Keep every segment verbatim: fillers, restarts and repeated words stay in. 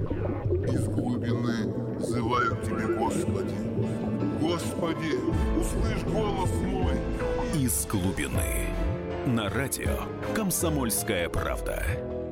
Из глубины взываю к Тебе, Господи. Господи, услышь голос мой. Из глубины. На радио «Комсомольская правда».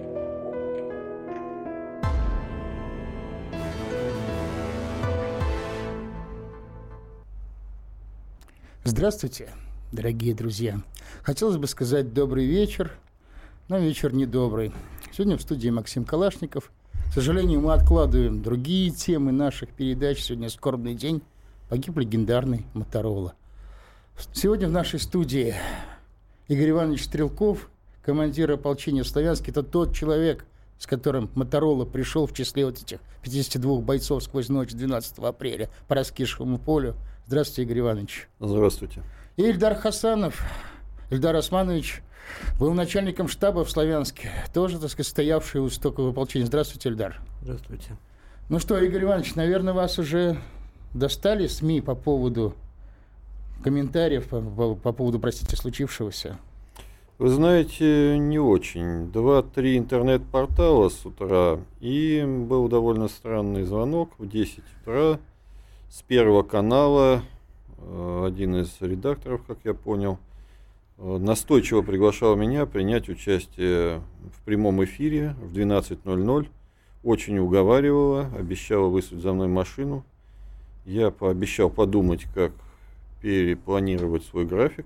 Здравствуйте, дорогие друзья. Хотелось бы сказать добрый вечер, но вечер недобрый. Сегодня в студии Максим Калашников. К сожалению, мы откладываем другие темы наших передач. Сегодня скорбный день. Погиб легендарный Моторола. Сегодня в нашей студии Игорь Иванович Стрелков, командир ополчения Славянск. Это тот человек, с которым Моторола пришел в числе вот этих пятидесяти двух бойцов сквозь ночь двенадцатого апреля по раскисшему полю. Здравствуйте, Игорь Иванович. Здравствуйте. И Ильдар Хасанов, Ильдар Османович, был начальником штаба в Славянске, тоже, так сказать, стоявший у истоков ополчения. Здравствуйте, Ильдар. Здравствуйте. Ну что, Игорь Иванович, наверное, вас уже достали СМИ по поводу комментариев, по, по, по поводу, простите, случившегося? Вы знаете, не очень. Два-три интернет-портала с утра, и был довольно странный звонок в десять утра с Первого канала. Один из редакторов, как я понял, настойчиво приглашал меня принять участие в прямом эфире в двенадцать ноль ноль. Очень уговаривала, обещала выслать за мной машину. Я пообещал подумать, как перепланировать свой график.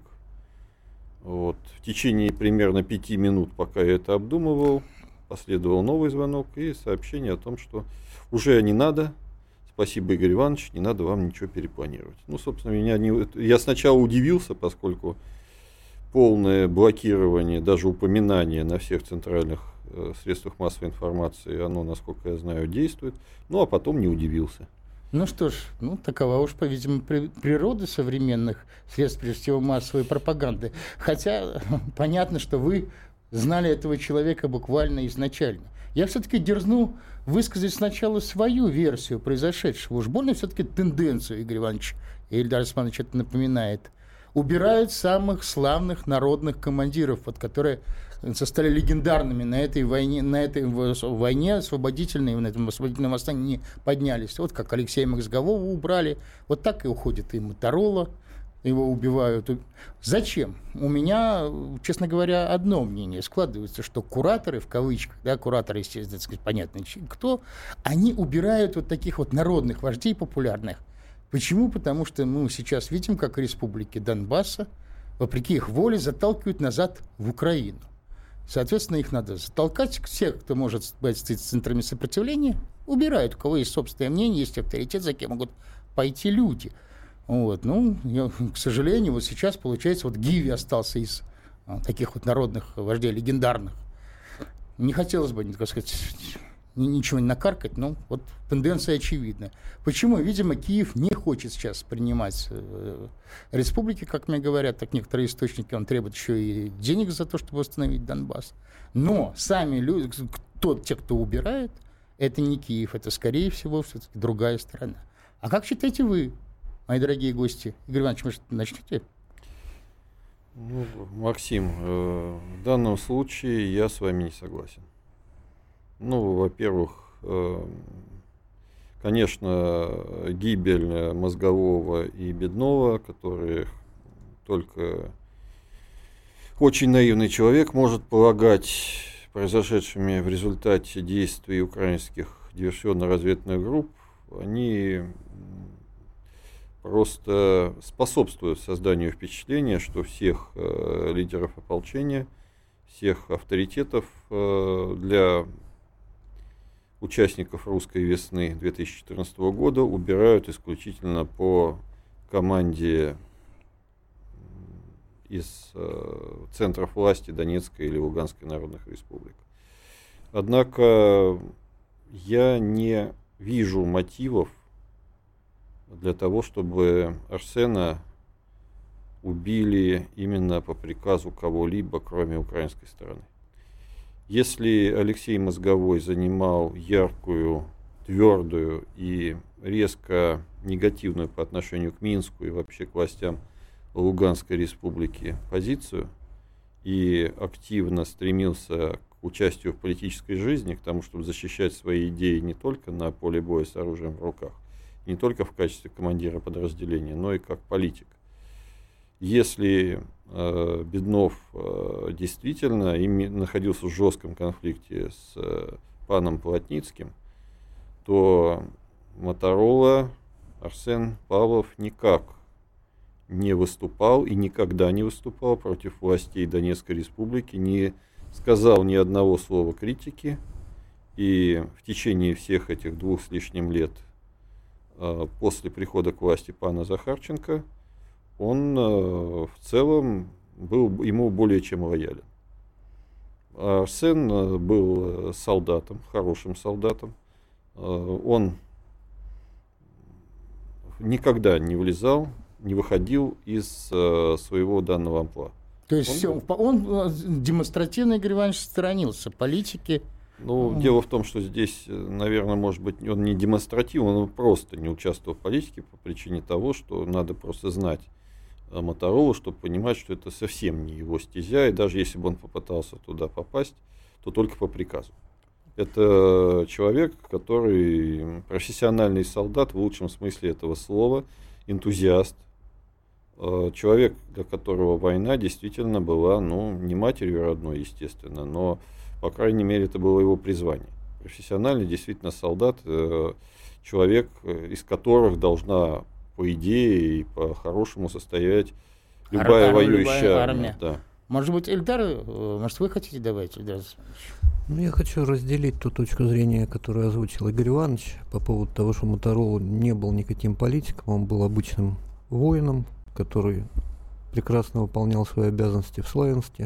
Вот. В течение примерно пяти минут, пока я это обдумывал, последовал новый звонок и сообщение о том, что уже не надо. Спасибо, Игорь Иванович, не надо вам ничего перепланировать. Ну, собственно, меня не... я сначала удивился, поскольку полное блокирование, даже упоминание на всех центральных э, средствах массовой информации, оно, насколько я знаю, действует. Ну, а потом не удивился. Ну что ж, ну такова уж, по-видимому, при- природа современных средств, прежде всего, массовой пропаганды. Хотя понятно, что вы знали этого человека буквально изначально. Я все-таки дерзну высказать сначала свою версию произошедшего. Уж больно все-таки тенденцию, Игорь Иванович, и Ильдар Османович это напоминает. Убирают самых славных народных командиров, вот, которые стали легендарными на этой войне, на этой войне освободительной, на этом освободительном восстании не поднялись. Вот как Алексея Мозгового убрали, вот так и уходит и Моторола, его убивают. Зачем? У меня, честно говоря, одно мнение складывается, что кураторы, в кавычках, да, кураторы, естественно, так сказать, понятно, кто, они убирают вот таких вот народных вождей популярных. Почему? Потому что мы сейчас видим, как республики Донбасса, вопреки их воле, заталкивают назад в Украину. Соответственно, их надо затолкать. Всех, кто может быть центрами сопротивления, убирают. У кого есть собственное мнение, есть авторитет, за кем могут пойти люди. Вот. Ну, я, к сожалению, вот сейчас, получается, вот Гиви остался из а, таких вот народных вождей, легендарных. Не хотелось бы, так сказать, ничего не накаркать, но вот тенденция очевидна. Почему? Видимо, Киев не хочет сейчас принимать э, республики, как мне говорят, так некоторые источники, он требует еще и денег за то, чтобы восстановить Донбасс. Но сами люди, кто, те, кто убирает, это не Киев, это, скорее всего, все-таки другая сторона. А как считаете вы, мои дорогие гости? Игорь Иванович, может, начнете? Ну, Максим, э, в данном случае я с вами не согласен. Ну, во-первых, э, конечно, гибель Мозгового и Бедного, которые только очень наивный человек может полагать произошедшими в результате действий украинских диверсионно-разведных групп, они просто способствуют созданию впечатления, что всех э, лидеров ополчения, всех авторитетов э, для участников русской весны две тысячи четырнадцатого года убирают исключительно по команде из э, центров власти Донецкой или Луганской народных республик. Однако я не вижу мотивов для того, чтобы Арсена убили именно по приказу кого-либо, кроме украинской стороны. Если Алексей Мозговой занимал яркую, твердую и резко негативную по отношению к Минску и вообще к властям Луганской республики позицию и активно стремился к участию в политической жизни, к тому, чтобы защищать свои идеи не только на поле боя с оружием в руках, не только в качестве командира подразделения, но и как политик. Если э, Беднов э, действительно ими, находился в жестком конфликте с э, паном Плотницким, то Моторола Арсен Павлов никак не выступал и никогда не выступал против властей Донецкой Республики, не сказал ни одного слова критики, и в течение всех этих двух с лишним лет э, после прихода к власти пана Захарченко он э, в целом был ему более чем лоялен. Арсен э, был солдатом, хорошим солдатом. Э, он никогда не влезал, не выходил из э, своего данного амплуа. То есть он, все, он демонстративно, Игорь Иванович, сторонился политики. Ну, дело в том, что здесь, наверное, может быть, он не демонстративно, он просто не участвовал в политике по причине того, что надо просто знать Моторолу, чтобы понимать, что это совсем не его стезя, и даже если бы он попытался туда попасть, то только по приказу. Это человек, который профессиональный солдат в лучшем смысле этого слова, энтузиаст, человек, для которого война действительно была, ну, не матерью родной, естественно, но, по крайней мере, это было его призвание. Профессиональный действительно солдат, человек, из которых должна, по идее, и по-хорошему состоять любая Ар- воюющая любая армия. армия. Да. Может быть, Эльдар, может, вы хотите добавить, Эльдар? Ну, я хочу разделить ту точку зрения, которую озвучил Игорь Иванович по поводу того, что Моторола не был никаким политиком, он был обычным воином, который прекрасно выполнял свои обязанности в Славянске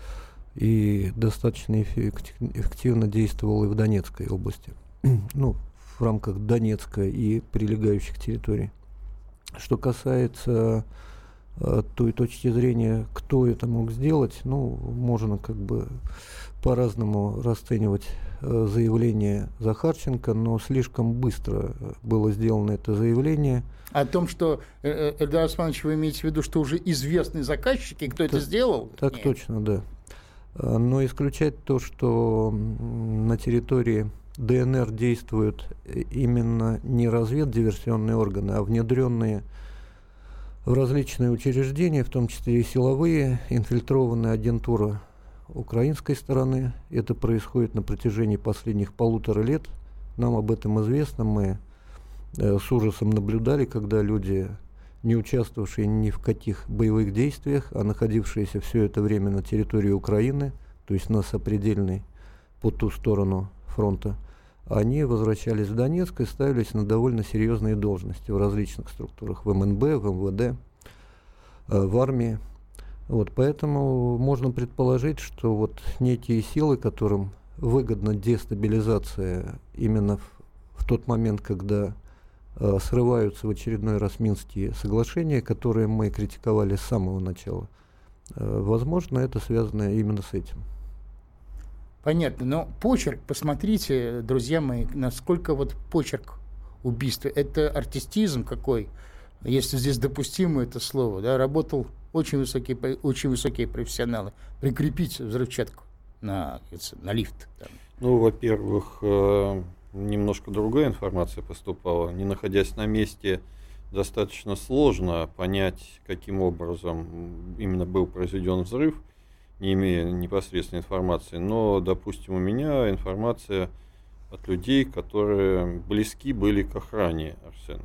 и достаточно эффективно действовал и в Донецкой области, ну, в рамках Донецка и прилегающих территорий. Что касается э, той точки зрения, кто это мог сделать, ну, можно как бы по-разному расценивать э, заявление Захарченко, но слишком быстро было сделано это заявление. О том, что, э, Эльдар Османович, вы имеете в виду, что уже известные заказчики, кто это, это сделал? Так Нет. Точно, да. Но исключать то, что на территории ДНР действуют именно не разведдиверсионные органы, а внедренные в различные учреждения, в том числе и силовые, инфильтрованная агентура украинской стороны. Это происходит на протяжении последних полутора лет. Нам об этом известно. Мы э, с ужасом наблюдали, когда люди, не участвовавшие ни в каких боевых действиях, а находившиеся все это время на территории Украины, то есть на сопредельной по ту сторону фронта, они возвращались в Донецк и ставились на довольно серьезные должности в различных структурах, в эм эн бэ, в эм вэ дэ, э, в армии. Вот, поэтому можно предположить, что вот некие силы, которым выгодна дестабилизация именно в, в тот момент, когда э, срываются в очередной раз Минские соглашения, которые мы критиковали с самого начала, э, возможно, это связано именно с этим. Понятно, но почерк, посмотрите, друзья мои, насколько вот почерк убийства, это артистизм какой, если здесь допустимо это слово, да, работал очень высокие, очень высокие профессионалы. Прикрепить взрывчатку на, на лифт. Там. Ну, во-первых, немножко другая информация поступала. Не находясь на месте, достаточно сложно понять, каким образом именно был произведен взрыв, не имея непосредственной информации. Но, допустим, у меня информация от людей, которые близки были к охране Арсена.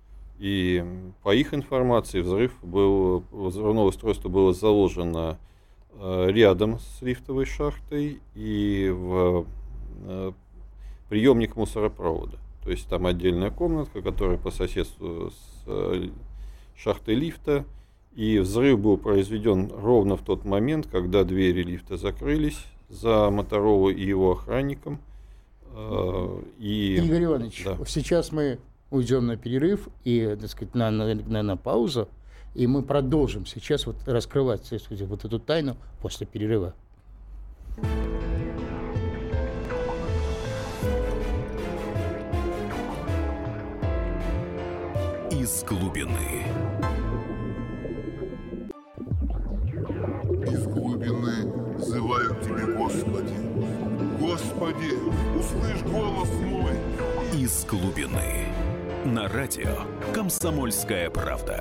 И по их информации взрыв был, взрывное устройство было заложено э, рядом с лифтовой шахтой и в э, приемник мусоропровода. То есть там отдельная комнатка, которая по соседству с э, шахтой лифта. И взрыв был произведен ровно в тот момент, когда двери лифта закрылись за Моторолу и его охранником. Э, и, Игорь Иванович, да. Сейчас мы уйдем на перерыв и, так сказать, на, на, на, на паузу, и мы продолжим сейчас вот раскрывать, так сказать, вот эту тайну после перерыва. Из глубины. Из глубины взывают тебе, Господи. из глубины. На радио «Комсомольская правда».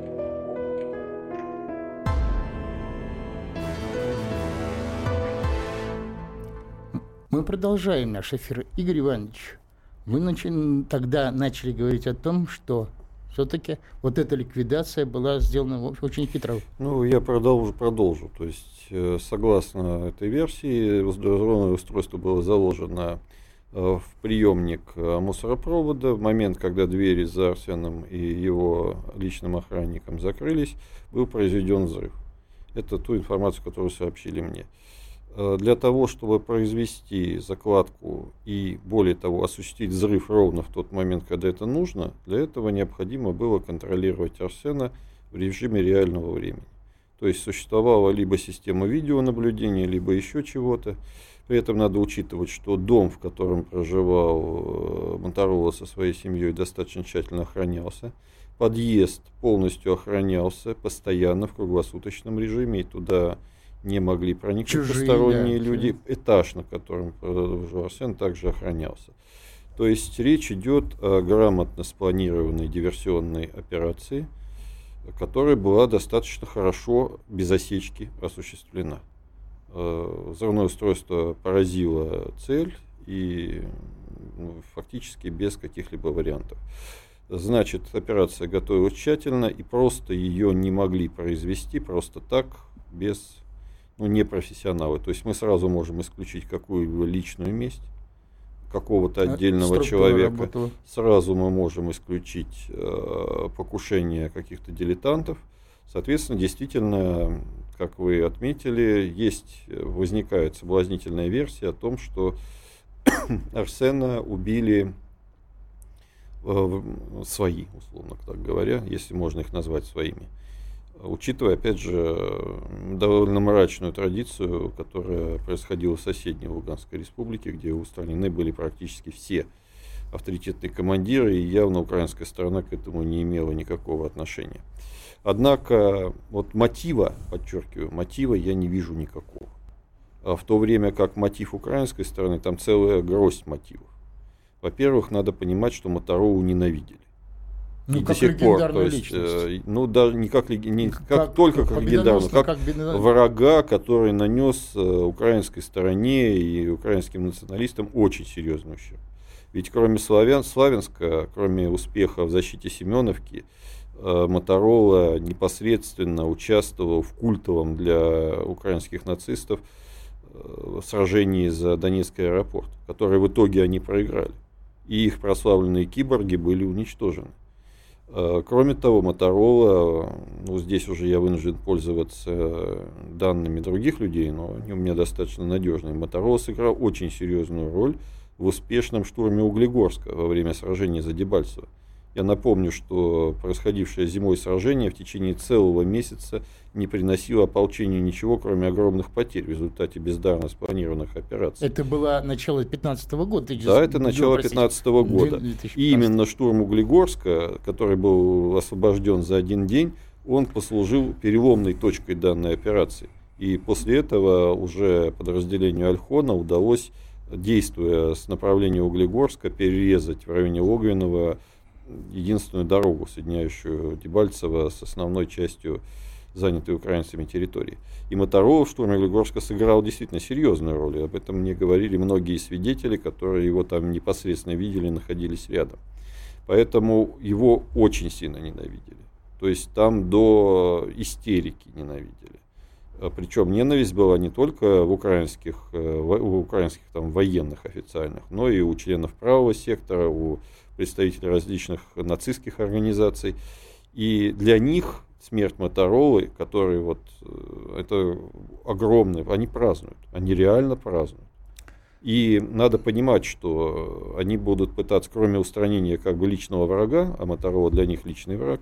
Мы продолжаем наш эфир. Игорь Иванович, вы начали, тогда начали говорить о том, что все-таки вот эта ликвидация была сделана очень хитро. Ну, я продолжу, продолжу. То есть, согласно этой версии, взрывное устройство было заложено в приемник мусоропровода. В момент, когда двери за Арсеном и его личным охранником закрылись, был произведен взрыв. Это ту информацию, которую сообщили мне. Для того, чтобы произвести закладку и, более того, осуществить взрыв ровно в тот момент, когда это нужно, для этого необходимо было контролировать Арсена в режиме реального времени. То есть существовала либо система видеонаблюдения, либо еще чего-то. При этом надо учитывать, что дом, в котором проживал Моторола со своей семьей, достаточно тщательно охранялся. Подъезд полностью охранялся постоянно в круглосуточном режиме, и туда не могли проникнуть Чужие, посторонние да, люди. Да. Этаж, на котором жил Арсен, также охранялся. То есть речь идет о грамотно спланированной диверсионной операции, которая была достаточно хорошо, без осечки, осуществлена. Взрывное устройство поразило цель и ну, фактически без каких-либо вариантов. Значит, операция готовилась тщательно, и просто ее не могли произвести просто так, без ну, непрофессионалы. То есть мы сразу можем исключить какую-либо личную месть какого-то отдельного человека. Работала. Сразу мы можем исключить э, покушение каких-то дилетантов. Соответственно, действительно, как вы отметили, есть, возникает соблазнительная версия о том, что Арсена убили э, свои, условно так говоря, если можно их назвать своими. Учитывая, опять же, довольно мрачную традицию, которая происходила в соседней Луганской республике, где устранены были практически все авторитетные командиры, и явно украинская сторона к этому не имела никакого отношения. Однако, вот мотива, подчеркиваю, мотива я не вижу никакого. А в то время как мотив украинской стороны, там целая гроздь мотивов. Во-первых, надо понимать, что Моторолу ненавидели. Ну, и как до сих пор, то есть, личность. Ну, даже не как, не как, как только как легендарную, как, как врага, который нанес украинской стороне и украинским националистам очень серьезный ущерб. Ведь кроме Славян, Славянска, кроме успеха в защите Семеновки, Моторола непосредственно участвовал в культовом для украинских нацистов сражении за Донецкий аэропорт, который в итоге они проиграли. И их прославленные киборги были уничтожены. Кроме того, Моторола, ну, здесь уже я вынужден пользоваться данными других людей, но они у меня достаточно надежные. Моторола сыграл очень серьезную роль в успешном штурме Углегорска во время сражения за Дебальцево. Я напомню, что происходившее зимой сражение в течение целого месяца не приносило ополчению ничего, кроме огромных потерь в результате бездарно спланированных операций. Это было начало пятнадцатого года? Да, это начало пятнадцатого года. И именно штурм Углегорска, который был освобожден за один день, он послужил переломной точкой данной операции. И после этого уже подразделению Ольхона удалось, действуя с направления Углегорска, перерезать в районе Логвинова единственную дорогу, соединяющую Дебальцево с основной частью занятой украинцами территории. И Моторола в штурме Углегорска сыграл действительно серьезную роль. Об этом мне говорили многие свидетели, которые его там непосредственно видели, находились рядом. Поэтому его очень сильно ненавидели. То есть там до истерики ненавидели. Причем ненависть была не только в украинских, у украинских там, военных официальных, но и у членов правого сектора, у представителей различных нацистских организаций. И для них смерть Моторолы, который вот это огромное, они празднуют, они реально празднуют. И надо понимать, что они будут пытаться, кроме устранения как бы личного врага, а Моторола для них личный враг,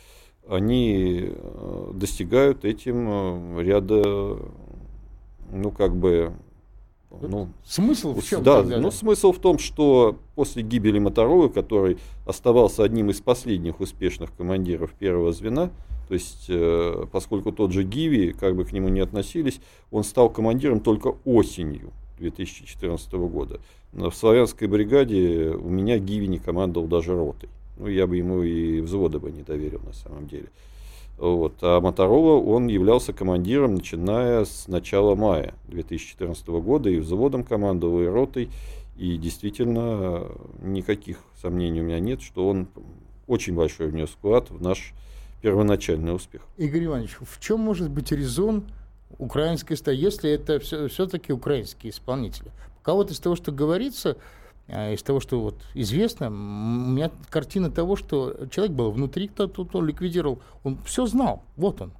они достигают этим ряда, ну как бы, ну, смысл в чем? Да, ну, смысл в том, что после гибели Моторолы, который оставался одним из последних успешных командиров первого звена, то есть, э, поскольку тот же Гиви, как бы к нему ни относились, он стал командиром только осенью две тысячи четырнадцатого года. в славянской бригаде у меня Гиви не командовал даже ротой. Ну, я бы ему и взвода бы не доверил на самом деле. Вот. А Моторола, он являлся командиром, начиная с начала мая две тысячи четырнадцатого года, и взводом командовал, и ротой. И действительно, никаких сомнений у меня нет, что он очень большой внес вклад в наш первоначальный успех. Игорь Иванович, в чем может быть резон украинской стороны, если это все, все-таки украинские исполнители? Кого-то из того, что говорится, из того, что вот известно, у меня картина того, что человек был внутри, кто-то кто ликвидировал, он все знал, вот он.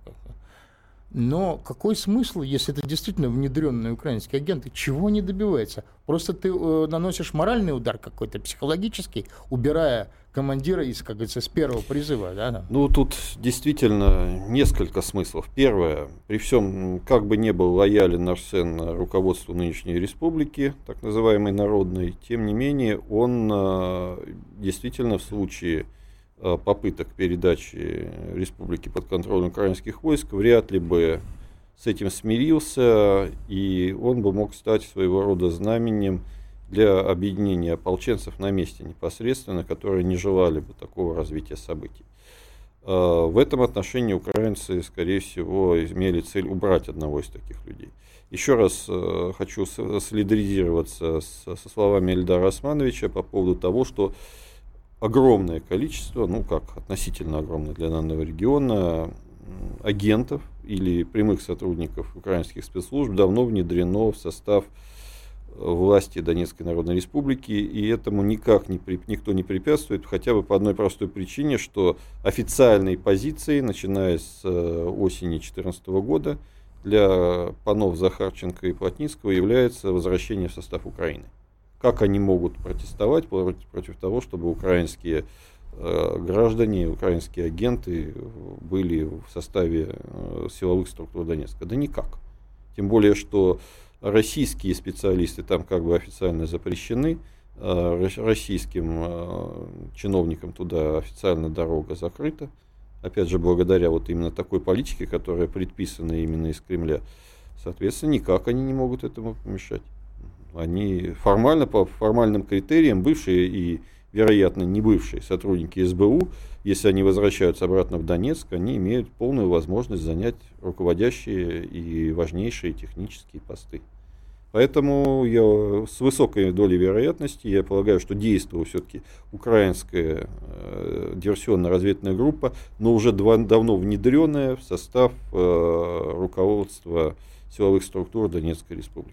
Но какой смысл, если это действительно внедренные украинские агенты, чего они добиваются? Просто ты э, наносишь моральный удар какой-то, психологический, убирая командира из, как говорится, с первого призыва. Да? Ну, тут действительно несколько смыслов. Первое, при всем, как бы не был лоялен Арсен руководству нынешней республики, так называемой народной, тем не менее, он э, действительно в случае попыток передачи республики под контроль украинских войск вряд ли бы с этим смирился, и он бы мог стать своего рода знаменем для объединения ополченцев на месте непосредственно, которые не желали бы такого развития событий. В этом отношении украинцы, скорее всего, имели цель убрать одного из таких людей. Еще раз хочу солидаризироваться со словами Эльдара Османовича по поводу того, что огромное количество, ну как относительно огромное для данного региона, агентов или прямых сотрудников украинских спецслужб давно внедрено в состав власти Донецкой Народной Республики, и этому никак не, никто не препятствует, хотя бы по одной простой причине, что официальной позицией, начиная с осени две тысячи четырнадцатого года, для панов Захарченко и Плотницкого является возвращение в состав Украины. Как они могут протестовать против, против того, чтобы украинские э, граждане, украинские агенты были в составе э, силовых структур Донецка? Да никак. Тем более, что российские специалисты там как бы официально запрещены, э, российским э, чиновникам туда официально дорога закрыта. Опять же, благодаря вот именно такой политике, которая предписана именно из Кремля. Соответственно, никак они не могут этому помешать. Они формально, по формальным критериям, бывшие и, вероятно, не бывшие сотрудники эс бэ у, если они возвращаются обратно в Донецк, они имеют полную возможность занять руководящие и важнейшие технические посты. Поэтому я с высокой долей вероятности, я полагаю, что действовала все-таки украинская э, диверсионно-разведывательная группа, но уже два, давно внедренная в состав э, руководства силовых структур Донецкой Республики.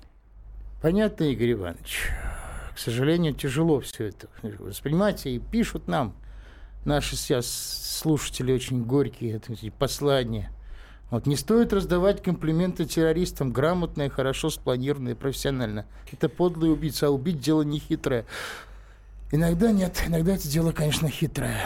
Понятно, Игорь Иванович. К сожалению, тяжело все это воспринимать. И пишут нам наши сейчас слушатели очень горькие эти послания. Вот, не стоит раздавать комплименты террористам, грамотно, хорошо спланированно и профессионально. Это подлые убийцы, а убить дело не хитрое. Иногда нет, иногда это дело, конечно, хитрое.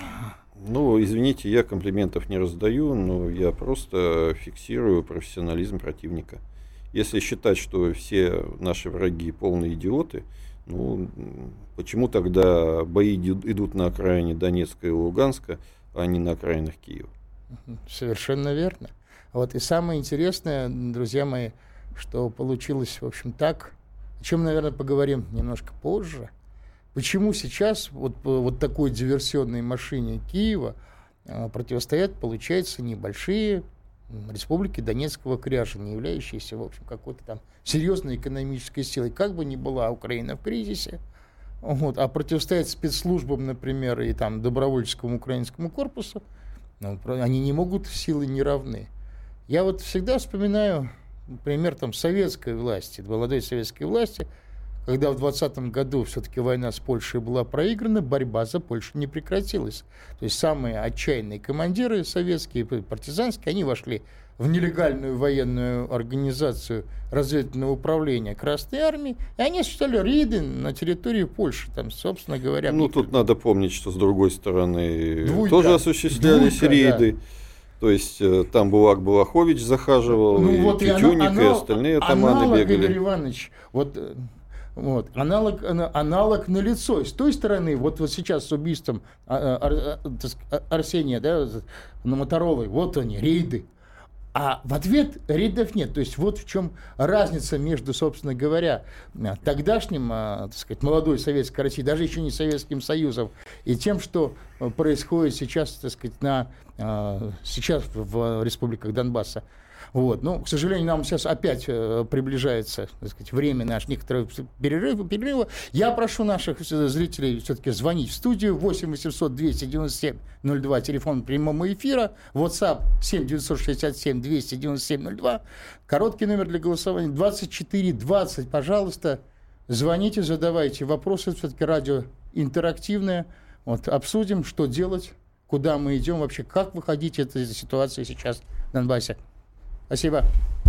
Ну, извините, я комплиментов не раздаю, но я просто фиксирую профессионализм противника. Если считать, что все наши враги полные идиоты, ну, почему тогда бои идут на окраине Донецка и Луганска, а не на окраинах Киева? Совершенно верно. Вот и самое интересное, друзья мои, что получилось, в общем, так, о чем, наверное, поговорим немножко позже. Почему сейчас вот, вот такой диверсионной машине Киева противостоят, получается, небольшие республики Донецкого кряжа, не являющиеся, в общем, какой-то там серьезной экономической силой. Как бы ни была Украина в кризисе, вот, а противостоять спецслужбам, например, и там добровольческому украинскому корпусу, ну, они не могут, силы не равны. Я вот всегда вспоминаю пример там советской власти, молодой советской власти, когда в двадцатом году все-таки война с Польшей была проиграна, борьба за Польшу не прекратилась. То есть самые отчаянные командиры советские, партизанские, они вошли в нелегальную военную организацию разведывательного управления Красной Армии, и они осуществляли рейды на территории Польши, там, собственно говоря. Ну, тут надо помнить, что с другой стороны Двуйка. тоже осуществлялись Двуйка, рейды. Да. То есть там Булак Балахович захаживал, ну, и вот Тютюник, и, и остальные атаманы бегали. Игорь Иванович, вот... Вот. Аналог, аналог налицо. С той стороны, вот, вот сейчас с убийством Ар, Ар, Арсения, да, на Моторолой, вот они, рейды. А в ответ рейдов нет. То есть вот в чем разница между, собственно говоря, тогдашним, так сказать, молодой Советской Россией, даже еще не Советским Союзом, и тем, что происходит сейчас, так сказать, на, сейчас в республиках Донбасса. Вот. Но, к сожалению, нам сейчас опять э, приближается, так сказать, время наш некоторого перерыва, перерыва. Я прошу наших зрителей все-таки звонить в студию восемь восемьсот двести девяносто семь ноль два, телефон прямого эфира, WhatsApp семь девятьсот шестьдесят семь двести девяносто семь ноль два, короткий номер для голосования двадцать четыре двадцать. Пожалуйста, звоните, задавайте вопросы. Все-таки радио интерактивное. Вот, обсудим, что делать, куда мы идем, вообще, как выходить из этой ситуации сейчас в Донбассе. Спасибо.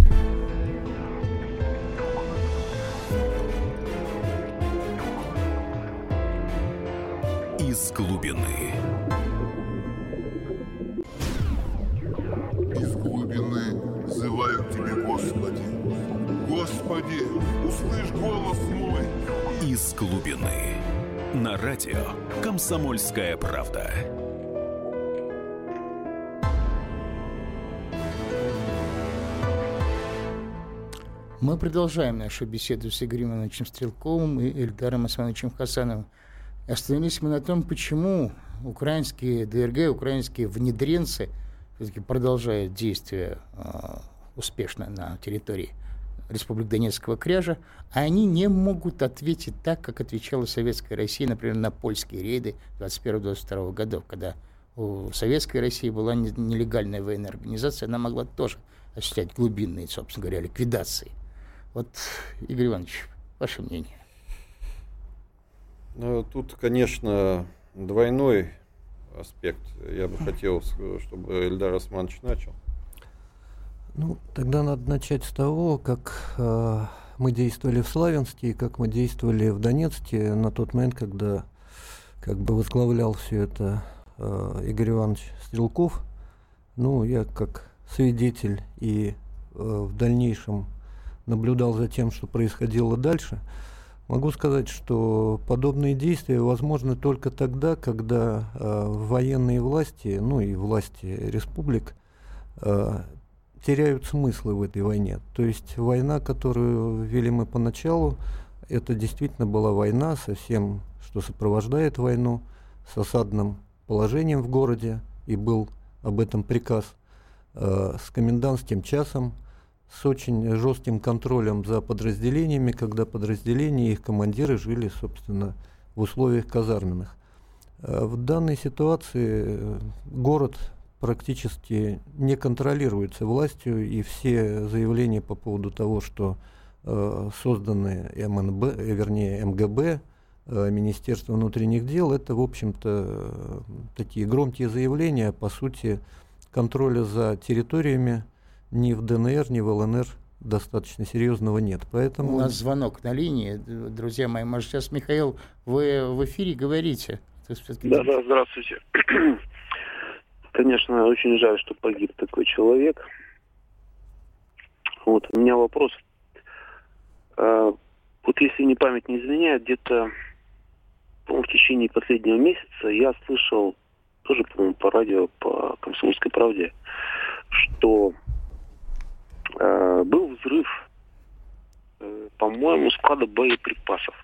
Из глубины. Из глубины взывают тебе, Господи. Господи, услышь голос мой. Из глубины. На радио «Комсомольская правда». Мы продолжаем нашу беседу с Игорем Ивановичем Стрелковым и Эльдаром Османовичем Хасановым. Остановились мы на том, почему украинские ДРГ, украинские внедренцы все-таки продолжают действия э, успешно на территории Республики Донецкого Кряжа, а они не могут ответить так, как отвечала Советская Россия, например, на польские рейды двадцать первого двадцать второго годов, когда у Советской России была нелегальная военная организация, она могла тоже осуществлять глубинные, собственно говоря, ликвидации. Вот, Игорь Иванович, ваше мнение. Ну, тут, конечно, двойной аспект. Я бы хотел, чтобы Эльдар Османович начал. Ну, тогда надо начать с того, как э, мы действовали в Славянске и как мы действовали в Донецке на тот момент, когда как бы возглавлял все это э, Игорь Иванович Стрелков. Ну, я как свидетель и э, в дальнейшем наблюдал за тем, что происходило дальше, могу сказать, что подобные действия возможны только тогда, когда э, военные власти, ну и власти республик, э, теряют смыслы в этой войне. То есть война, которую вели мы поначалу, это действительно была война со всем, что сопровождает войну, с осадным положением в городе, и был об этом приказ, э, с комендантским часом, с очень жестким контролем за подразделениями, когда подразделения и их командиры жили, собственно, в условиях казарменных. В данной ситуации город практически не контролируется властью, и все заявления по поводу того, что э, созданы МНБ, э, вернее МГБ, э, Министерство внутренних дел, это, в общем-то, э, такие громкие заявления, по сути, контроля за территориями ни в ДНР, ни в ЛНР достаточно серьезного нет. Поэтому... У нас звонок на линии, друзья мои. Может, сейчас, Михаил, вы в эфире говорите? Да, да, здравствуйте. Конечно, очень жаль, что погиб такой человек. Вот, у меня вопрос. А, вот если мне память не изменяет, где-то, по-моему, в течение последнего месяца я слышал, тоже, по-моему, по радио, по «Комсомольской правде», что э, был взрыв, э, по-моему, склада боеприпасов.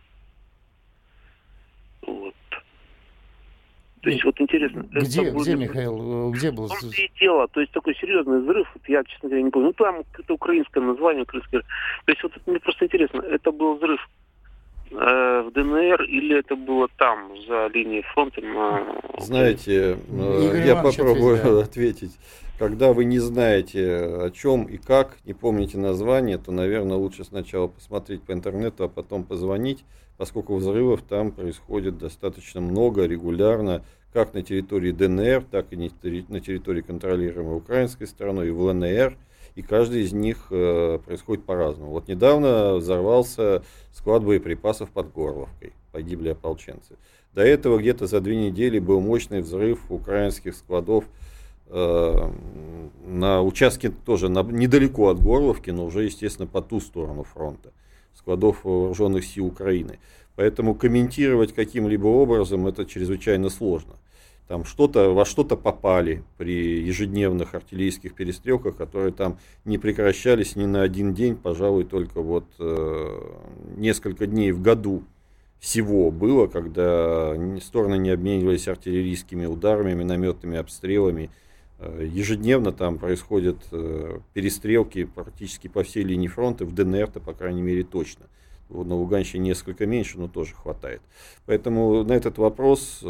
Вот. То есть, вот интересно... Где, это где был... Михаил, где был? В том-то и дело, то есть такой серьезный взрыв, вот я, честно говоря, не помню. Ну, там это украинское название, украинское... То есть, вот это, мне просто интересно, это был взрыв э, в ДНР или это было там, за линией фронта? На... Знаете, э, я попробую ответить, да. ответить. Когда вы не знаете, о чем и как, не помните название, то, наверное, лучше сначала посмотреть по интернету, а потом позвонить, поскольку взрывов там происходит достаточно много, регулярно, как на территории ДНР, так и на территории, контролируемой украинской стороной, и в ЛНР, и каждый из них э, происходит по-разному. Вот недавно взорвался склад боеприпасов под Горловкой, погибли ополченцы. До этого где-то за две недели был мощный взрыв украинских складов э, на участке тоже на, недалеко от Горловки, но уже, естественно, по ту сторону фронта, складов вооруженных сил Украины. Поэтому комментировать каким-либо образом это чрезвычайно сложно. там что-то, во что-то попали при ежедневных артиллерийских перестрелках, которые там не прекращались ни на один день, пожалуй, только вот э, несколько дней в году всего было, когда стороны не обменивались артиллерийскими ударами, минометными обстрелами. Ежедневно там происходят перестрелки практически по всей линии фронта, в ДНР-то, по крайней мере, точно. Вот на Луганщине несколько меньше, но тоже хватает. Поэтому на этот вопрос,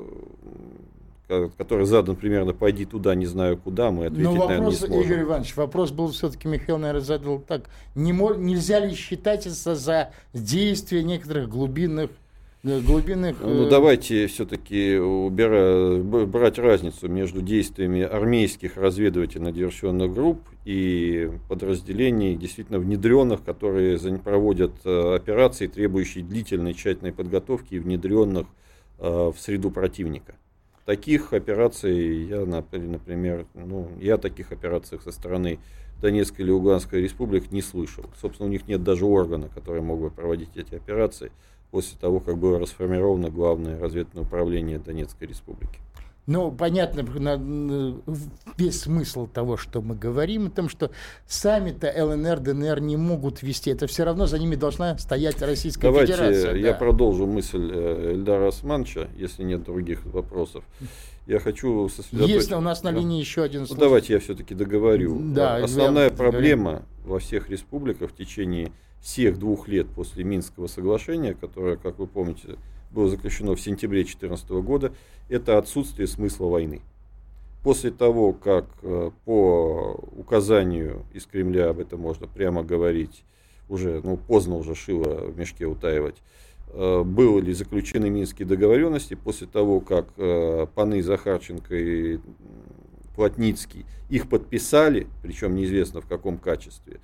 который задан примерно «пойди туда, не знаю куда», мы ответить, но вопрос, наверное, не сможем. Игорь Иванович, вопрос был все-таки, Михаил, наверное, задал так. Не мож, нельзя ли считать это за действия некоторых глубинных глубинных... Ну, давайте все-таки брать разницу между действиями армейских разведывательно-диверсионных групп и подразделений, действительно внедренных, которые проводят операции, требующие длительной тщательной подготовки и внедренных в среду противника. Таких операций я, например, ну, я таких операций со стороны Донецкой или Луганской республик не слышал. Собственно, у них нет даже органа, который мог бы проводить эти операции после того, как было расформировано главное разведывательное управление Донецкой республики. Ну, понятно, весь смысл того, что мы говорим, о том, что сами-то ЛНР, ДНР не могут вести. Это все равно за ними должна стоять Российская Давайте Федерация. Давайте я да. продолжу мысль Эльдара Османовича, если нет других вопросов. Я хочу сосредоточиться... Есть у нас на линии еще один слушатель. Ну, давайте я все-таки договорю. Да, Основная проблема во всех республиках в течение всех двух лет после Минского соглашения, которое, как вы помните, было заключено в сентябре две тысячи четырнадцатого года, это отсутствие смысла войны. После того, как по указанию из Кремля, об этом можно прямо говорить, уже, ну, поздно уже шило в мешке утаивать, были заключены Минские договоренности, после того, как паны Захарченко и Плотницкий их подписали, причем неизвестно в каком качестве,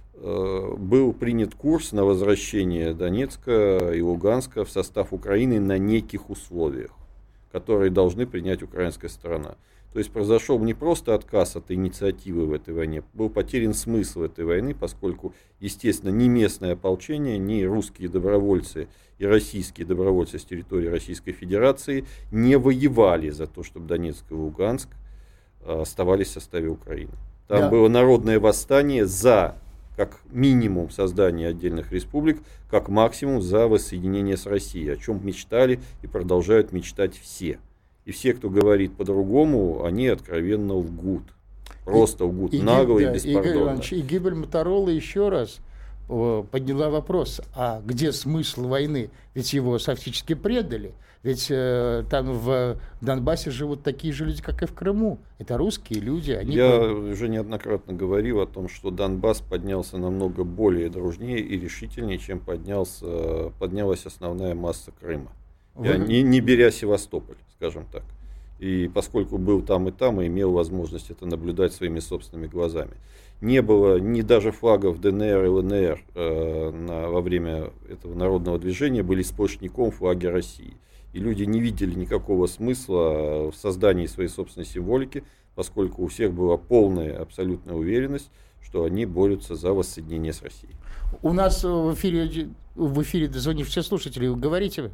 был принят курс на возвращение Донецка и Луганска в состав Украины на неких условиях, которые должны принять украинская сторона. То есть произошел не просто отказ от инициативы в этой войне, был потерян смысл этой войны, поскольку, естественно, ни местное ополчение, ни русские добровольцы и российские добровольцы с территории Российской Федерации не воевали за то, чтобы Донецк и Луганск оставались в составе Украины. Там да. было народное восстание за, как минимум, создание отдельных республик, как максимум за воссоединение с Россией, о чем мечтали и продолжают мечтать все. И все, кто говорит по-другому, они откровенно лгут. Просто лгут, и, нагло и, да, и беспардонно. Игорь Иванович, и гибель Моторолы еще раз подняла вопрос, а где смысл войны? Ведь его фактически предали. Ведь э, там в Донбассе живут такие же люди, как и в Крыму. Это русские люди. Они Я по... уже неоднократно говорил о том, что Донбасс поднялся намного более дружнее и решительнее, чем поднялся, поднялась основная масса Крыма. Я, не, не беря Севастополь, скажем так. И поскольку был там и там, и имел возможность это наблюдать своими собственными глазами. Не было ни даже флагов ДНР и ЛНР э, на, во время этого народного движения, были сплошняком флаги России. И люди не видели никакого смысла в создании своей собственной символики, поскольку у всех была полная абсолютная уверенность, что они борются за воссоединение с Россией. У нас в эфире, в эфире дозвонившиеся слушатели, вы говорите?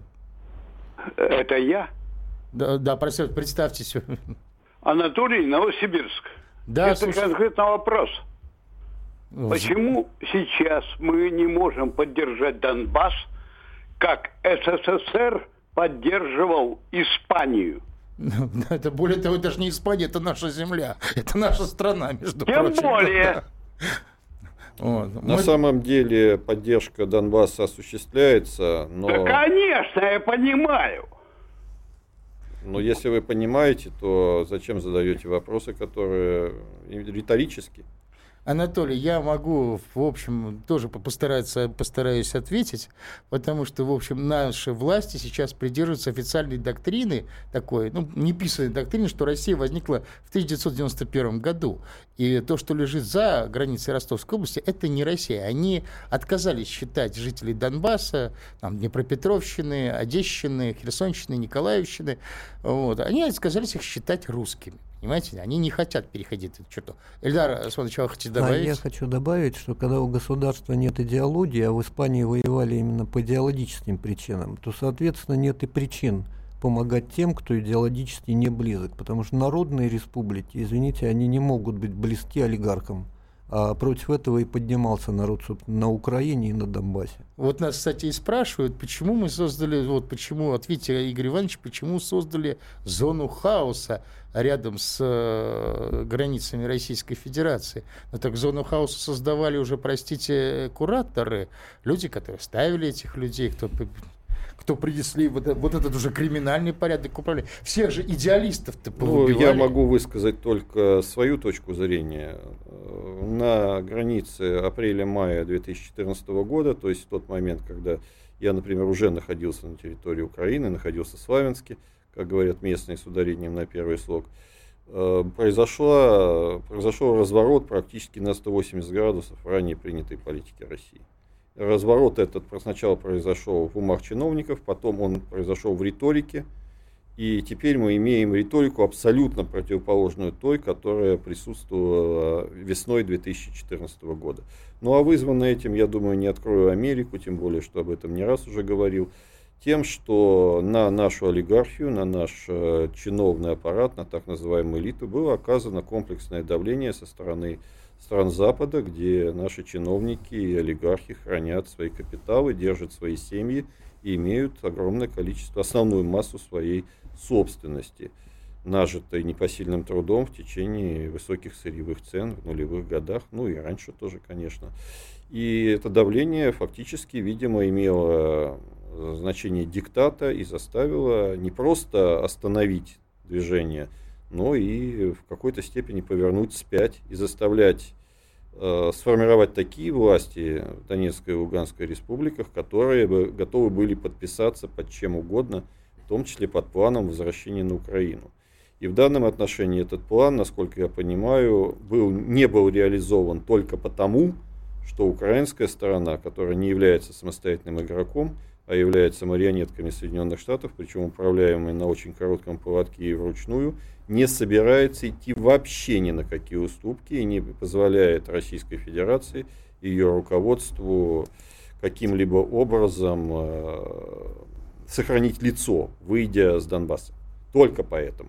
Это я? Да, да, простите, представьтесь. Анатолий, Новосибирск. Да, это слушай... конкретно вопрос. Почему сейчас мы не можем поддержать Донбасс, как СССР поддерживал Испанию? Это более того, это же не Испания, это наша земля, это наша страна, между Тем прочим. Тем более. Вот. На Мы... самом деле поддержка Донбасса осуществляется, но... Да, конечно, я понимаю. Но если вы понимаете, то зачем задаете вопросы, которые риторические? Анатолий, я могу, в общем, тоже постараться, постараюсь ответить, потому что, в общем, наши власти сейчас придерживаются официальной доктрины, такой, ну, неписанной доктрины, что Россия возникла в тысяча девятьсот девяносто первом году. И то, что лежит за границей Ростовской области, это не Россия. Они отказались считать жителей Донбасса, там, Днепропетровщины, Одещины, Херсонщины, Николаевщины. Вот. Они отказались их считать русскими. Понимаете, они не хотят переходить эту черту. Эльдар Османович, вы хотите добавить? А я хочу добавить, что когда у государства нет идеологии, а в Испании воевали именно по идеологическим причинам, то, соответственно, нет и причин помогать тем, кто идеологически не близок. Потому что народные республики, извините, они не могут быть близки олигархам. А против этого и поднимался народ, собственно, на Украине и на Донбассе. Вот нас, кстати, и спрашивают, почему мы создали, вот почему, ответьте, Игорь Иванович, почему создали зону хаоса рядом с э, границами Российской Федерации. Ну так зону хаоса создавали уже, простите, кураторы, люди, которые ставили этих людей, кто... кто принесли вот, вот этот уже криминальный порядок управления. Всех же идеалистов-то повыбивали. Ну, я могу высказать только свою точку зрения. На границе апреля-мая две тысячи четырнадцатого года, то есть в тот момент, когда я, например, уже находился на территории Украины, находился в Славянске, как говорят местные с ударением на первый слог, произошла, произошел разворот практически на сто восемьдесят градусов ранее принятой политики России. Разворот этот сначала произошел в умах чиновников, потом он произошел в риторике. И теперь мы имеем риторику абсолютно противоположную той, которая присутствовала весной две тысячи четырнадцатого года. Ну а вызвано этим, я думаю, не открою Америку, тем более, что об этом не раз уже говорил, тем, что на нашу олигархию, на наш э, чиновный аппарат, на так называемую элиту было оказано комплексное давление со стороны стран Запада, где наши чиновники и олигархи хранят свои капиталы, держат свои семьи и имеют огромное количество, основную массу своей собственности, нажитой непосильным трудом в течение высоких сырьевых цен в нулевых годах, ну и раньше тоже, конечно. И это давление фактически, видимо, имело значение диктата и заставило не просто остановить движение, но и в какой-то степени повернуть вспять и заставлять э, сформировать такие власти в Донецкой и Луганской республиках, которые бы готовы были подписаться под чем угодно, в том числе под планом возвращения на Украину. И в данном отношении этот план, насколько я понимаю, был, не был реализован только потому, что украинская сторона, которая не является самостоятельным игроком, а является марионетками Соединенных Штатов, причем управляемой на очень коротком поводке и вручную, не собирается идти вообще ни на какие уступки и не позволяет Российской Федерации и ее руководству каким-либо образом э, сохранить лицо, выйдя с Донбасса. Только поэтому.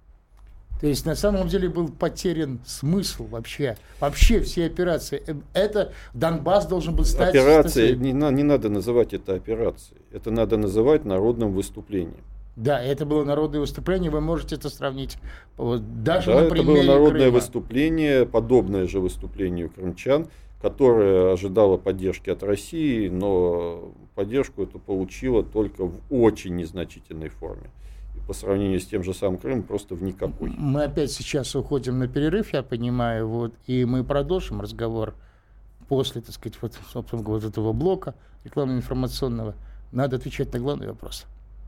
То есть на самом деле был потерян смысл вообще, вообще все операции. Это Донбасс должен был стать... Операция, не, не надо называть это операцией, это надо называть народным выступлением. Да, это было народное выступление, вы можете это сравнить вот, даже да, на примере это было народное Крыма. Выступление, подобное же выступлению крымчан, которое ожидало поддержки от России, но поддержку эту получило только в очень незначительной форме. По сравнению с тем же самым Крымом, просто в никакой. Мы опять сейчас уходим на перерыв, я понимаю, вот, и мы продолжим разговор после, так сказать, вот, собственно, вот этого блока рекламно-информационного. Надо отвечать на главный вопрос.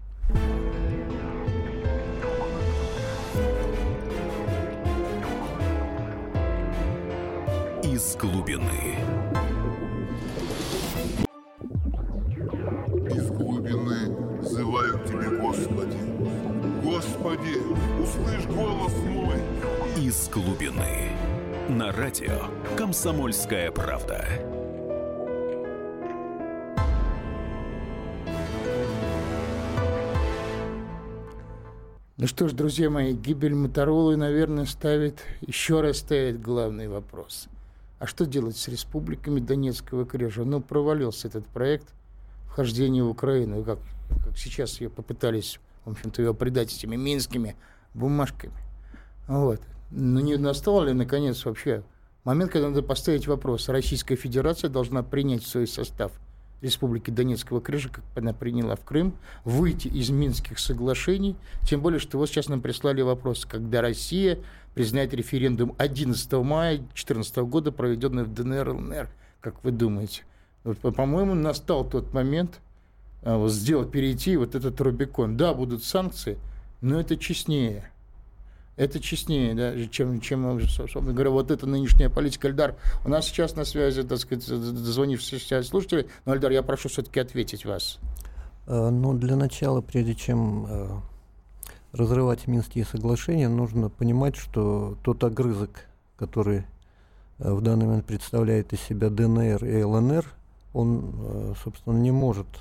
Из глубины. Из глубины взываю к Тебе, Господи. Господи, услышь голос мой. Из глубины. На радио «Комсомольская правда». Ну что ж, друзья мои, гибель Моторолы, наверное, ставит, еще раз ставит главный вопрос. А что делать с республиками Донецкого кряжа? Ну, провалился этот проект вхождения в Украину. Как, как сейчас ее попытались, в общем-то, его придать этими минскими бумажками. Вот. Но не настал ли, наконец, вообще момент, когда надо поставить вопрос. Российская Федерация должна принять в свой состав Республики Донецкого кряжа, как она приняла в Крым, выйти из Минских соглашений, тем более, что вот сейчас нам прислали вопрос, когда Россия признает референдум одиннадцатого мая две тысячи четырнадцатого года, проведенный в ДНР, ЛНР, как вы думаете? Вот, по-моему, настал тот момент а, вот, сделать, перейти вот этот Рубикон. Да, будут санкции, но это честнее. Это честнее, да, чем, чем, собственно говоря, вот эта нынешняя политика. Эльдар, у нас сейчас на связи, так сказать, дозвонившиеся слушатели, но, Эльдар, я прошу все-таки ответить вас. Ну, для начала, прежде чем э, разрывать Минские соглашения, нужно понимать, что тот огрызок, который э, в данный момент представляет из себя ДНР и ЛНР, он, э, собственно, не может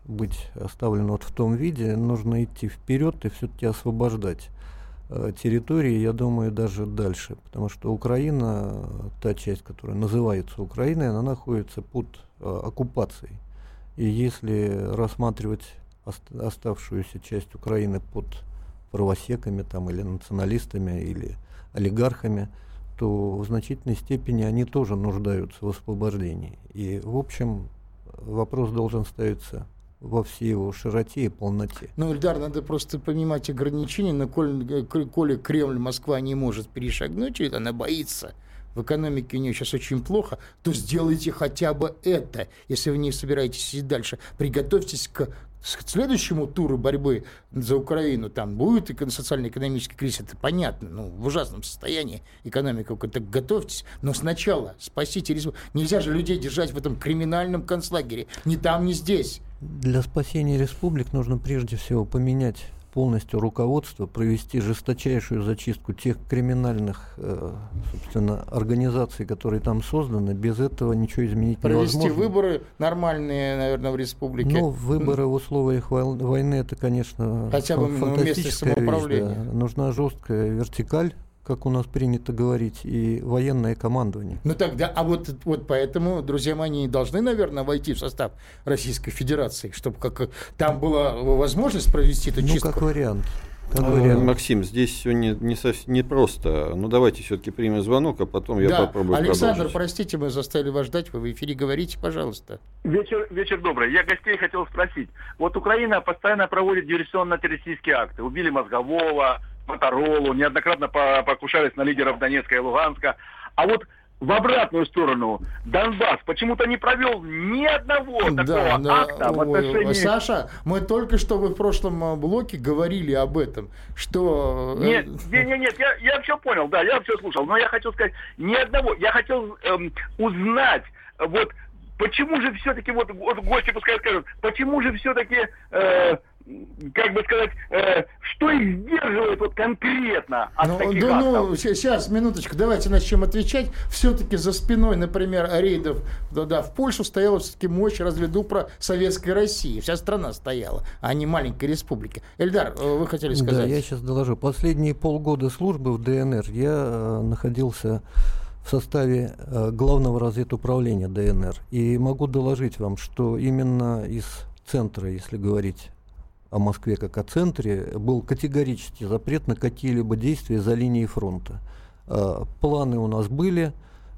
быть оставлено вот в том виде, нужно идти вперед и все-таки освобождать э, территории, я думаю, даже дальше, потому что Украина, та часть, которая называется Украиной, она находится под э, оккупацией. И если рассматривать ост- оставшуюся часть Украины под правосеками там, или националистами, или олигархами, то в значительной степени они тоже нуждаются в освобождении. И, в общем, вопрос должен ставиться во всей его широте и полноте. Ну, Ильдар, надо просто понимать ограничения, но коль, коли Кремль, Москва не может перешагнуть, или она боится, в экономике у нее сейчас очень плохо, то сделайте хотя бы это, если вы не собираетесь идти дальше. Приготовьтесь к к следующему туру борьбы за Украину. Там будет социально-экономический кризис, это понятно, ну, в ужасном состоянии экономика, так готовьтесь, но сначала спасите республику. Нельзя же людей держать в этом криминальном концлагере, ни там, ни здесь. Для спасения республик нужно прежде всего поменять полностью руководство, провести жесточайшую зачистку тех криминальных, э, собственно, организаций, которые там созданы. Без этого ничего изменить Провести невозможно. Провести выборы нормальные, наверное, в республике. Ну, выборы в условиях войны, это, конечно, хотя бы вместе самоуправления. Да. Нужна жесткая вертикаль, как у нас принято говорить, и военное командование. Ну тогда, а вот, вот поэтому, друзья мои, они должны, наверное, войти в состав Российской Федерации, чтобы как там была возможность провести эту ну, чистку. Ну, как вариант. Как а, вариант. Максим, здесь все не, не, совсем, не просто. Ну, давайте все-таки примем звонок, а потом я да. попробую Александр, продолжить. простите, мы заставили вас ждать, вы в эфире говорите, пожалуйста. Вечер, вечер добрый. Я гостей хотел спросить. Вот Украина постоянно проводит диверсионно-террористические акты. Убили Мозгового, Моторолу, неоднократно покушались на лидеров Донецка и Луганска. А вот в обратную сторону Донбасс почему-то не провел ни одного такого да, да, акта в отношении... Саша, мы только что вы в прошлом блоке говорили об этом, что... Нет, нет, нет, нет я, я все понял, да, я все слушал, но я хочу сказать, ни одного, я хотел эм, узнать, вот, почему же все-таки, вот, вот гости пускай скажут, почему же все-таки... Э, как бы сказать, э, что их сдерживает вот конкретно от ну, таких да, актов? Ну, сейчас, минуточку, давайте начнем отвечать. Все-таки за спиной, например, рейдов да, да, в Польшу стояла все-таки мощь разведупра Советской России. Вся страна стояла, а не маленькой республики. Эльдар, вы хотели сказать? Да, я сейчас доложу. Последние полгода службы в ДНР я э, находился в составе э, главного разведуправления ДНР. И могу доложить вам, что именно из центра, если говорить о Москве как о центре, был категорический запрет на какие-либо действия за линией фронта. Э, планы у нас были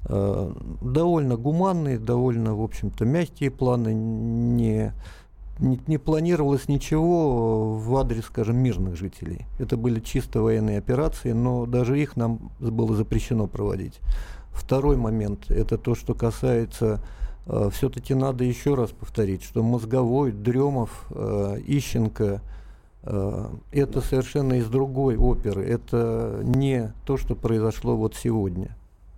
э, довольно гуманные, довольно, в общем-то, мягкие планы. Не, не, не планировалось ничего в адрес, скажем, мирных жителей. Это были чисто военные операции, но даже их нам было запрещено проводить. Второй момент – это то, что касается... Все-таки надо еще раз повторить, что Мозговой, Дремов, э, Ищенко э, это совершенно из другой оперы. Это не то, что произошло вот сегодня.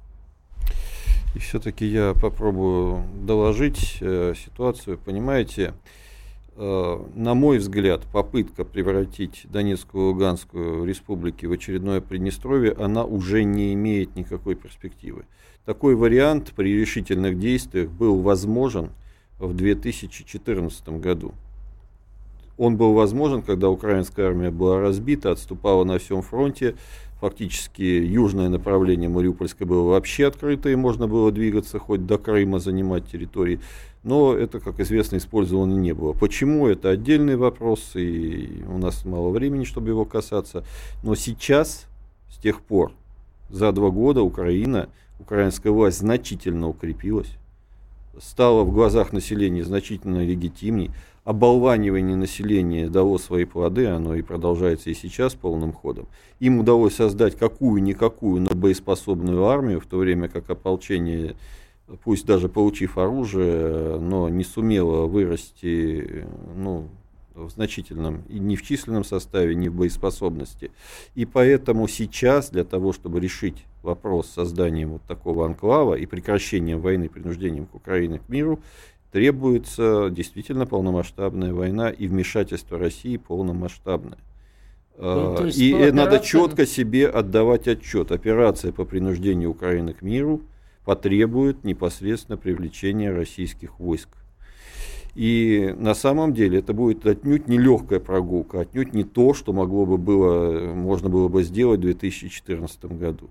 И все-таки я попробую доложить э, ситуацию. Понимаете, э, на мой взгляд, попытка превратить Донецкую и Луганскую республики в очередное Приднестровье, она уже не имеет никакой перспективы. Такой вариант при решительных действиях был возможен в две тысячи четырнадцатом году. Он был возможен, когда украинская армия была разбита, отступала на всем фронте. Фактически южное направление Мариупольское было вообще открыто, и можно было двигаться хоть до Крыма, занимать территории. Но это, как известно, использовано не было. Почему? Это отдельный вопрос, и у нас мало времени, чтобы его касаться. Но сейчас, с тех пор, за два года Украина... Украинская власть значительно укрепилась, стала в глазах населения значительно легитимней, оболванивание населения дало свои плоды, оно и продолжается и сейчас полным ходом. Им удалось создать какую-никакую, но боеспособную армию, в то время как ополчение, пусть даже получив оружие, но не сумело вырасти, ну, в значительном, и не в численном составе, не в боеспособности. И поэтому сейчас для того, чтобы решить вопрос с созданием вот такого анклава и прекращением войны, принуждением к Украине к миру, требуется действительно полномасштабная война и вмешательство России полномасштабное. Ну, и операция... надо четко себе отдавать отчет. Операция по принуждению Украины к миру потребует непосредственно привлечения российских войск. И на самом деле это будет отнюдь не легкая прогулка, отнюдь не то, что могло бы было, можно было бы сделать в две тысячи четырнадцатом году.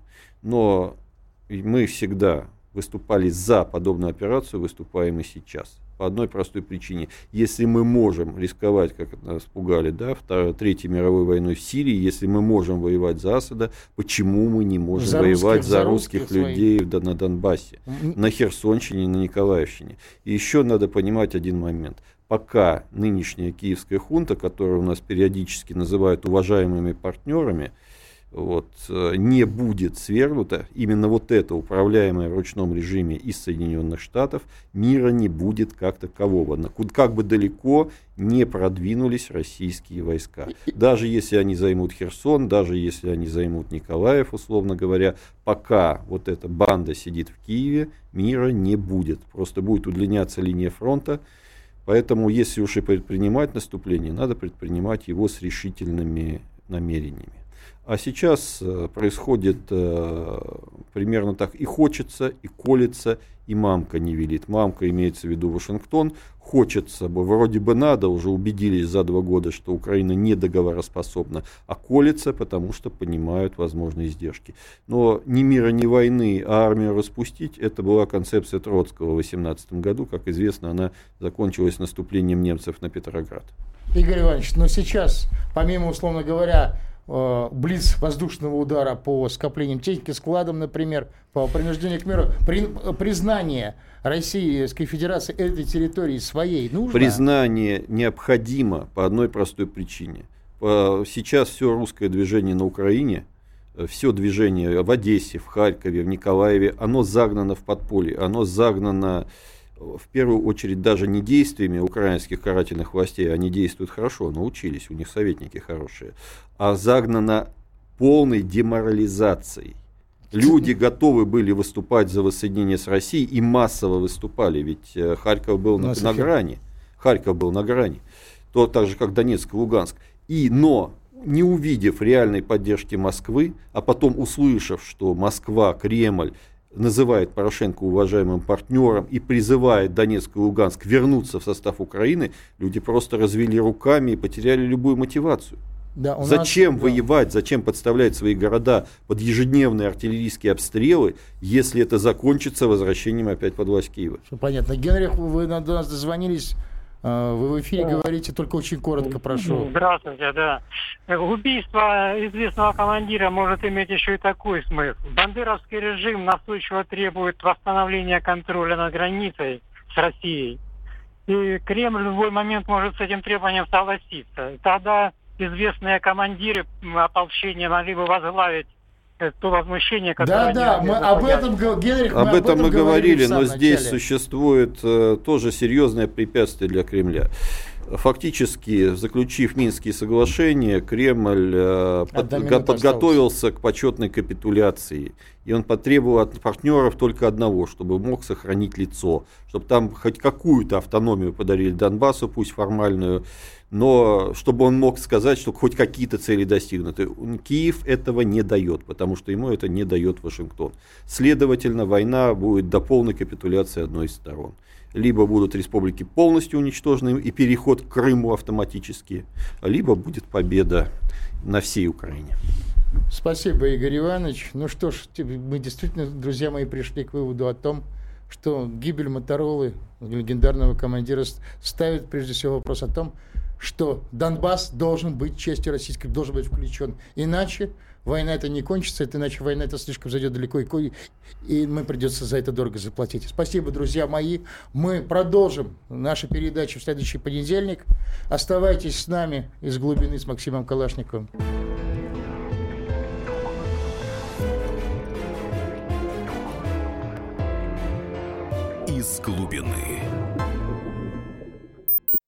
Но мы всегда выступали за подобную операцию, выступаем и сейчас. По одной простой причине. Если мы можем рисковать, как нас пугали, да, Второй, Третьей мировой войной в Сирии, если мы можем воевать за Асада, почему мы не можем за воевать русских, за, за русских, русских людей своих. на Донбассе, на Херсонщине, на Николаевщине? И еще надо понимать один момент. Пока нынешняя киевская хунта, которую у нас периодически называют уважаемыми партнерами, вот, не будет свергнута, именно вот это управляемое в ручном режиме из Соединенных Штатов, мира не будет как такового. Как бы далеко не продвинулись российские войска. Даже если они займут Херсон, даже если они займут Николаев, условно говоря, пока вот эта банда сидит в Киеве, мира не будет. Просто будет удлиняться линия фронта. Поэтому, если уж и предпринимать наступление, надо предпринимать его с решительными намерениями. А сейчас э, происходит э, примерно так. И хочется, и колется, и мамка не велит. Мамка имеется в виду Вашингтон. Хочется бы, вроде бы надо, уже убедились за два года, что Украина не договороспособна. А колется, потому что понимают возможные издержки. Но ни мира, ни войны, а армию распустить, это была концепция Троцкого в восемнадцатом году. Как известно, она закончилась наступлением немцев на Петроград. Игорь Иванович, но сейчас, помимо, условно говоря, блиц воздушного удара по скоплениям техники, складам, например, по принуждению к миру, при, признание Российской Федерации этой территории своей нужно? Признание необходимо по одной простой причине. Сейчас все русское движение на Украине, все движение в Одессе, в Харькове, в Николаеве, оно загнано в подполье, оно загнано в первую очередь даже не действиями украинских карательных властей, они действуют хорошо, научились, у них советники хорошие, а загнано полной деморализацией. Люди готовы были выступать за воссоединение с Россией и массово выступали, ведь Харьков был на, на грани, Харьков был на грани, то так же как Донецк и Луганск. И, но не увидев реальной поддержки Москвы, а потом услышав, что Москва, Кремль называет Порошенко уважаемым партнером и призывает Донецк и Луганск вернуться в состав Украины, люди просто развели руками и потеряли любую мотивацию. Да, зачем нас, воевать, да. зачем подставлять свои города под ежедневные артиллерийские обстрелы, если это закончится возвращением опять под власть Киева? Все понятно. Генрих, вы до нас дозвонились. Вы в эфире говорите, только очень коротко, прошу. Здравствуйте, да. Убийство известного командира может иметь еще и такой смысл. Бандеровский режим настойчиво требует восстановления контроля над границей с Россией. И Кремль в любой момент может с этим требованием согласиться. Тогда известные командиры ополчения могли бы возглавить то возмущение, которое... Да, да, мы об этом, Генрих, мы об, об этом мы говорили, но начале. Здесь существует э, тоже серьезное препятствие для Кремля. Фактически, заключив Минские соглашения, Кремль э, под, подготовился осталось. к почетной капитуляции. И он потребовал от партнеров только одного, чтобы мог сохранить лицо. Чтобы там хоть какую-то автономию подарили Донбассу, пусть формальную, но чтобы он мог сказать, что хоть какие-то цели достигнуты. Киев этого не дает, потому что ему это не дает Вашингтон. Следовательно, война будет до полной капитуляции одной из сторон. Либо будут республики полностью уничтожены и переход к Крыму автоматически, либо будет победа на всей Украине. Спасибо, Игорь Иванович. Ну что ж, мы действительно, друзья мои, пришли к выводу о том, что гибель Моторолы, легендарного командира, ставит прежде всего вопрос о том, что Донбасс должен быть частью российской, должен быть включен. Иначе война это не кончится, это, иначе война это слишком зайдет далеко, и, и мы придется за это дорого заплатить. Спасибо, друзья мои. Мы продолжим нашу передачу в следующий понедельник. Оставайтесь с нами из глубины с Максимом Калашниковым. Из глубины.